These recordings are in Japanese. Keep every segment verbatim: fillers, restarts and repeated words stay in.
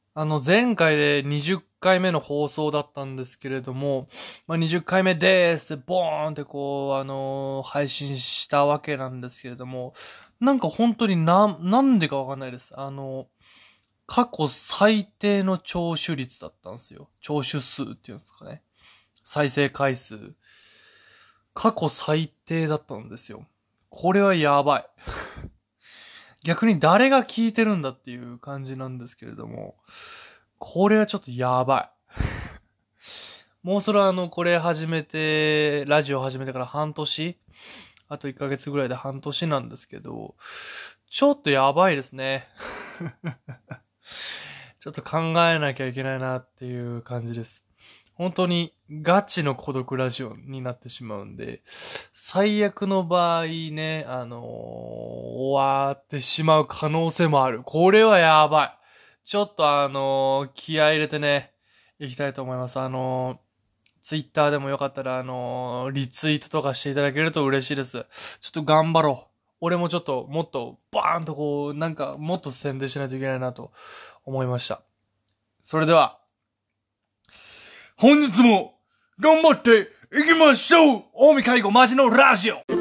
あの、前回でにじゅっかいめの放送だったんですけれども、まあ、にじゅっかいめでーすってボーンってこう、あのー配信したわけなんですけれども、なんか本当にな、なんでかわかんないです。あの、過去最低の聴取率だったんですよ。聴取数っていうんですかね。再生回数。過去最低だったんですよ。これはやばい。逆に誰が聞いてるんだっていう感じなんですけれども、これはちょっとやばい。もうそれはあの、これ始めて、ラジオ始めてから半年あといっかげつぐらいで半年なんですけど、ちょっとやばいですね。ちょっと考えなきゃいけないなっていう感じです。本当にガチの孤独ラジオになってしまうんで、最悪の場合ね、あのー終わってしまう可能性もある。これはやばい。ちょっとあのー気合い入れてね、いきたいと思います。あのーツイッターでもよかったら、あのーリツイートとかしていただけると嬉しいです。ちょっと頑張ろう。俺もちょっともっとバーンとこう、なんかもっと宣伝しないといけないなと思いました。それでは、本日も頑張っていきましょう。近江介護マジのラジオ。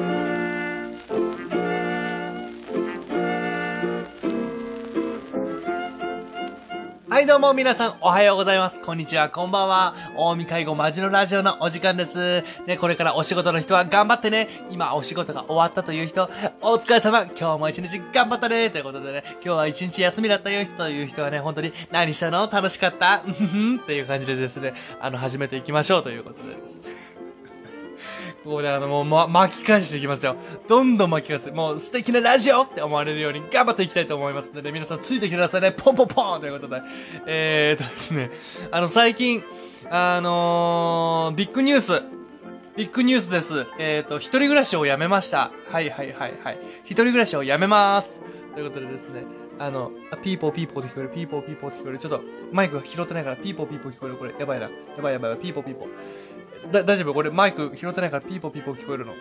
はいどうも皆さんおはようございます。こんにちは、こんばんは。近江介護マジのラジオのお時間です。ね、これからお仕事の人は頑張ってね。今お仕事が終わったという人、お疲れ様。今日も一日頑張ったね。ということでね、今日は一日休みだったよという人はね、本当に何したの楽しかったうんふふんっていう感じでですね、あの、始めていきましょうということでです。ここであの、もう、ま、巻き返していきますよ。どんどん巻き返す。もう素敵なラジオって思われるように頑張っていきたいと思いますので、ね、皆さんついてきてくださいね。ポンポンポンということで。えーとですね、あの、最近、あのー、ビッグニュース、ビッグニュースです。えーと、一人暮らしをやめました。はいはいはいはい。一人暮らしをやめます。ということでですね、あの、あピーポーピーポーって聞こえる、ピーポーピーポーって聞こえる。ちょっと、マイクが拾ってないから、ピーポーピーポー聞こえる。これ、やばいな。やばいやばいやばい、ピーポーピーポー。だ、大丈夫これマイク拾ってないからピーポーピーポー聞こえるの。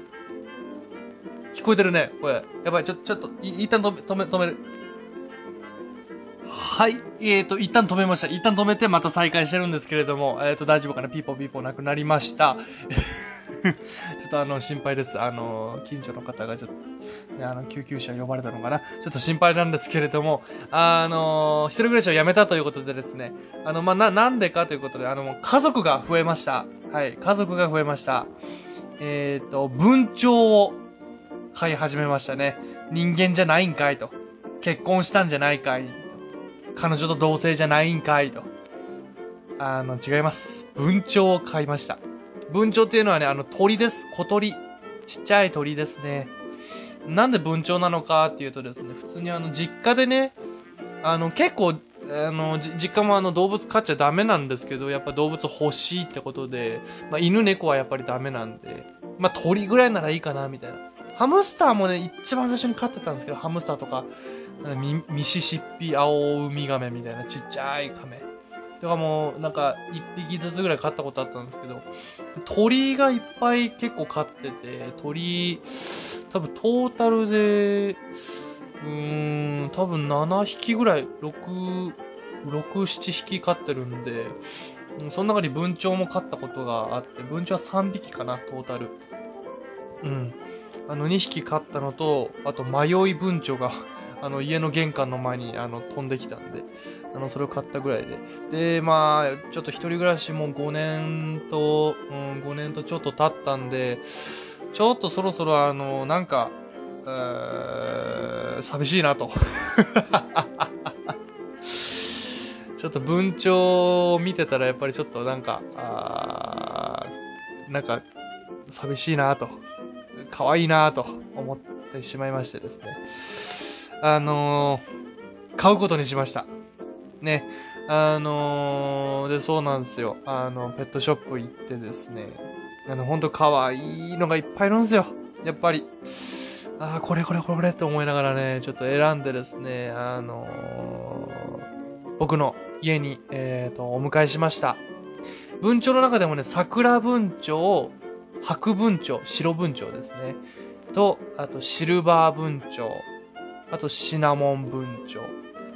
聞こえてるね。これ。やばい、ちょ、ちょっと、い、一旦止め、止め、止める。はい。えーと、一旦止めました。一旦止めてまた再開してるんですけれども、えーと、大丈夫かなピーポーピーポーなくなりました。ちょっとあの、心配です。あの、近所の方がちょっと、ね、あの、救急車呼ばれたのかなちょっと心配なんですけれども、あの、一人暮らしをやめたということでですね、あの、まあ、な、なんでかということで、あの、家族が増えました。はい。家族が増えました。えーと、文鳥を飼い始めましたね。人間じゃないんかいと。結婚したんじゃないかいと。彼女と同性じゃないんかいと。あの、違います。文鳥を飼いました。文鳥っていうのはね、あの鳥です。小鳥。ちっちゃい鳥ですね。なんで文鳥なのかっていうとですね、普通にあの、実家でね、あの、結構、あの、実家もあの、動物飼っちゃダメなんですけど、やっぱ動物欲しいってことで、まあ、犬猫はやっぱりダメなんで、まあ、鳥ぐらいならいいかな、みたいな。ハムスターもね、一番最初に飼ってたんですけど、ハムスターとか、ミミシシッピアオウミガメみたいなちっちゃいカメ。とかもう、なんか、一匹ずつぐらい飼ったことあったんですけど、鳥がいっぱい結構飼ってて、鳥、多分トータルで、うーん、多分ななひきぐらい、ろく、ろく、ななひき飼ってるんで、その中に文鳥も飼ったことがあって、文鳥はさんびきかな、トータル。うん。あの、にひき飼ったのと、あと、迷い文鳥があの、家の玄関の前に、あの、飛んできたんで、あの、それを買ったぐらいで。で、まあ、ちょっと一人暮らしもごねんと、うん、ごねんとちょっと経ったんで、ちょっとそろそろあの、なんか、えー、寂しいなと。ちょっと文鳥を見てたらやっぱりちょっとなんか、あーなんか、寂しいなと。可愛いなと思ってしまいましてですね。あのー、買うことにしました。ね。あのー、で、そうなんですよ。あの、ペットショップ行ってですね。あの、ほんと可愛いのがいっぱいいるんですよ。やっぱり。ああ、これこれこれこれって思いながらね、ちょっと選んでですね、あのー、僕の家に、えっと、お迎えしました。文鳥の中でもね、桜文鳥、白文鳥、白文鳥ですね。と、あとシルバー文鳥、あとシナモン文鳥。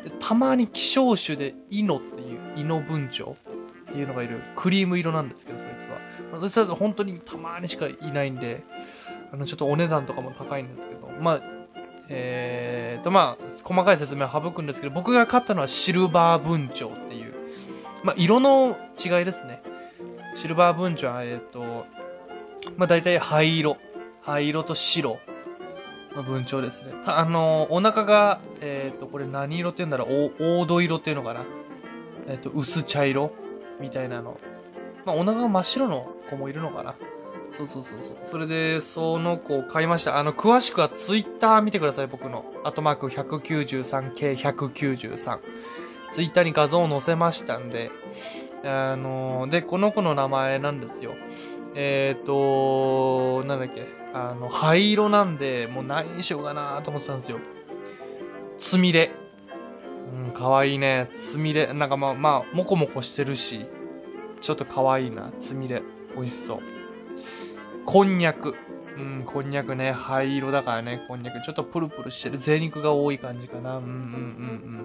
でたまに希少種でイノっていう、イノ文鳥っていうのがいる。クリーム色なんですけど、そいつは。まあ、そいつだと本当にたまにしかいないんで、あの、ちょっとお値段とかも高いんですけど、まあ、えーと、まあ、細かい説明は省くんですけど、僕が買ったのはシルバー文鳥っていう、まあ、色の違いですね。シルバー文鳥は、えっと、まあ、大体灰色。灰色と白の文鳥ですね。たあのー、お腹が、えっと、これ何色って言うんだろう、お黄土色っていうのかな。えっと、薄茶色みたいなの。まあ、お腹が真っ白の子もいるのかな。そうそうそうそう。それで、その子を買いました。あの、詳しくはツイッター見てください、僕の。アットマーク ひゃくきゅうじゅうさんケーひゃくきゅうじゅうさん。ツイッターに画像を載せましたんで、あのー、で、この子の名前なんですよ。えっと、なんだっけ。あの、灰色なんで、もう何にしようかなと思ってたんですよ。つみれ。うん、かわいいね。つみれ。なんかまあ、まあ、もこもこしてるし、ちょっとかわいいな。つみれ。美味しそう。こんにゃく。うん、こんにゃくね。灰色だからね、こんにゃく。ちょっとプルプルしてる。贅肉が多い感じかな。うんうんうんうん。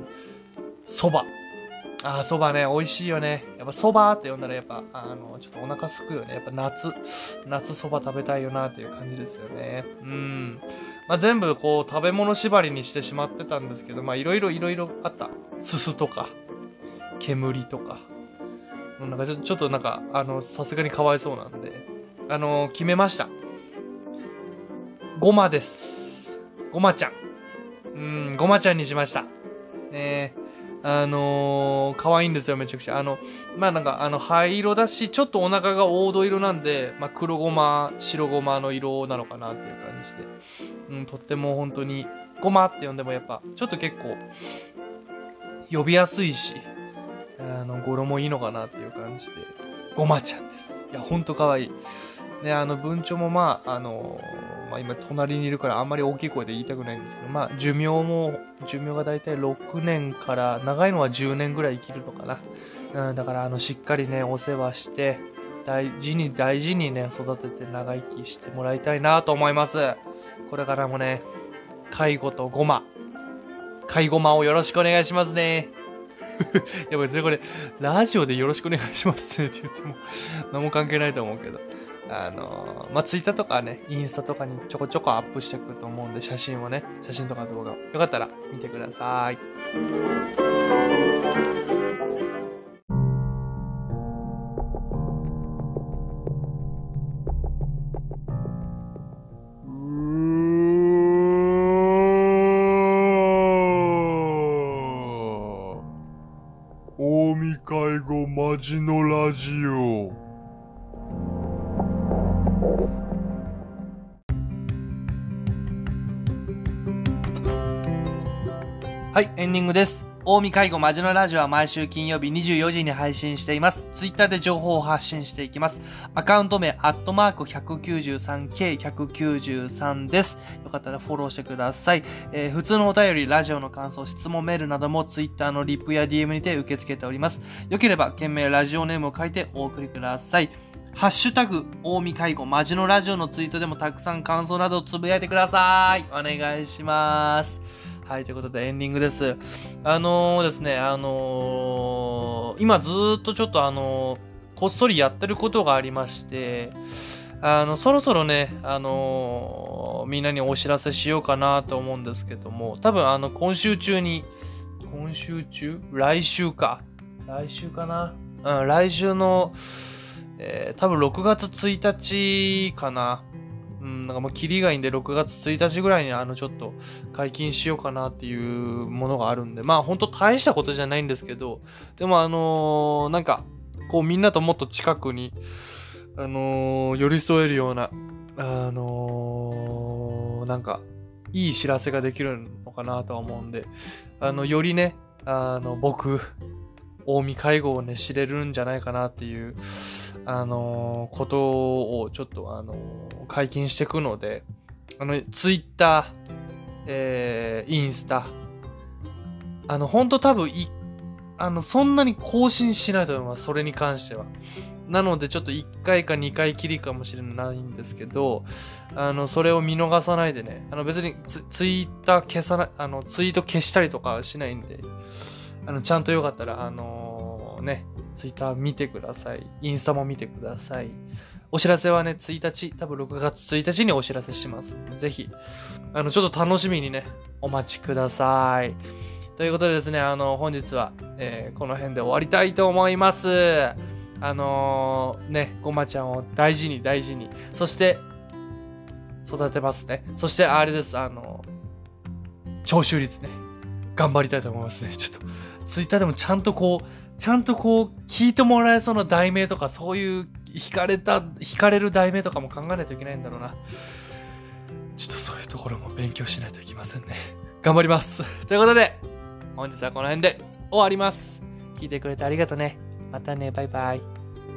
そば。あー、そばね、美味しいよね。やっぱそばって呼んだらやっぱ、あの、ちょっとお腹すくよね。やっぱ夏、夏そば食べたいよなっていう感じですよね。うん。まあ、全部こう食べ物縛りにしてしまってたんですけど、まあいろいろいろいろあった。すすとか、煙とか。なんかちょちょっとなんか、あの、さすがにかわいそうなんで、あの、決めました。ごまです。ごまちゃん。うん、ごまちゃんにしました。ねえ。あのー、可愛いんですよ、めちゃくちゃ。あの、まあなんか、あの、灰色だし、ちょっとお腹が黄土色なんで、まあ黒ごま、白ごまの色なのかなっていう感じで。うん、とっても本当に、ごまって呼んでもやっぱ、ちょっと結構、呼びやすいし、あの、語呂もいいのかなっていう感じで、ごまちゃんです。いや、ほんと可愛い。ね、あの、文鳥もまあ、あのー、まあ今隣にいるからあんまり大きい声で言いたくないんですけど、まあ寿命も、寿命がだいたいろくねんから長いのはじゅうねんぐらい生きるのかな。うん、だからあの、しっかりね、お世話して、大事に大事にね、育てて長生きしてもらいたいなと思います。これからもね、介護とごま、介護まをよろしくお願いしますね。いや別にこれ、ラジオでよろしくお願いしますねって言っても、何も関係ないと思うけど。あのー、まあ、ツイッターとかね、インスタとかにちょこちょこアップしていくと思うんで、写真をね、写真とか動画を。よかったら見てください。 近江介護マジのラジオ。 はい、エンディングです。近江介護マジのラジオは毎週金曜日にじゅうよじに配信しています。ツイッターで情報を発信していきます。アカウント名、アットマーク ひゃくきゅうじゅうさんケーひゃくきゅうじゅうさん です。よかったらフォローしてください。えー、普通のお便り、ラジオの感想、質問メールなどもツイッターのリップや ディーエム にて受け付けております。よければ、件名ラジオネームを書いてお送りください。ハッシュタグ、近江介護マジのラジオのツイートでもたくさん感想などをつぶやいてください。お願いします。はい、ということでエンディングです。あのー、ですね、あのー、今ずーっとちょっとあのー、こっそりやってることがありまして、あの、そろそろね、あのー、みんなにお知らせしようかなと思うんですけども、多分あの、今週中に、今週中来週か。来週かなうん、来週の、えー、多分ろくがつついたちかな。うん、なんかもうキリがいいんでろくがつついたちぐらいにあのちょっと解禁しようかなっていうものがあるんで、まあほんと大したことじゃないんですけど、でもあのー、なんか、こうみんなともっと近くに、あのー、寄り添えるような、あのー、なんか、いい知らせができるのかなとは思うんで、あの、よりね、あの、僕、近江介護をね、知れるんじゃないかなっていう、あのー、ことをちょっとあのー、解禁していくので、あの、ツイッター、えー、インスタ、あの、ほんと多分い、あの、そんなに更新しないと思います。それに関しては。 なのでちょっといっかいかにかいきりかもしれないんですけど、あの、それを見逃さないでね、あの別にツツイッター消さない、あの、ツイート消したりとかはしないんで、あの、ちゃんとよかったら、あのー、ね、ツイッター見てください。インスタも見てください。お知らせはね、ついたち、多分ろくがつついたちにお知らせします。ぜひ、あの、ちょっと楽しみにね、お待ちください。ということでですね、あの、本日は、えー、この辺で終わりたいと思います。あのー、ね、ごまちゃんを大事に大事に、そして、育てますね。そして、あれです、あのー、聴取率ね、頑張りたいと思いますね。ちょっと、ツイッターでもちゃんとこう、ちゃんとこう、聞いてもらえそうな題名とか、そういう、惹かれた、惹かれる題名とかも考えないといけないんだろうな。ちょっとそういうところも勉強しないといけませんね。頑張ります。ということで、本日はこの辺で終わります。聞いてくれてありがとうね。またね、バイバイ。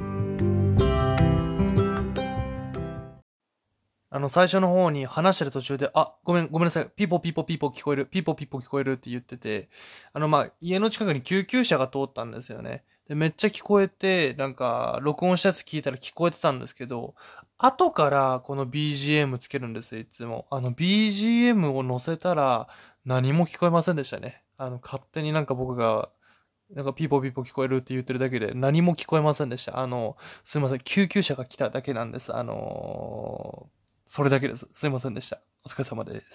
あの、最初の方に話してる途中で、あ、ごめん、ごめんなさい。ピーポーピーポーピーポー聞こえる。ピーポーピーポー聞こえるって言ってて、あの、まあ、家の近くに救急車が通ったんですよね。で、めっちゃ聞こえて、なんか、録音したやつ聞いたら聞こえてたんですけど、後からこの ビージーエム つけるんですよ、いつも。あの、ビージーエム を載せたら、何も聞こえませんでしたね。あの、勝手になんか僕が、なんかピーポーピーポー聞こえるって言ってるだけで何も聞こえませんでした。あの、すいません。救急車が来ただけなんです。あのーそれだけです。すいませんでした。お疲れ様です。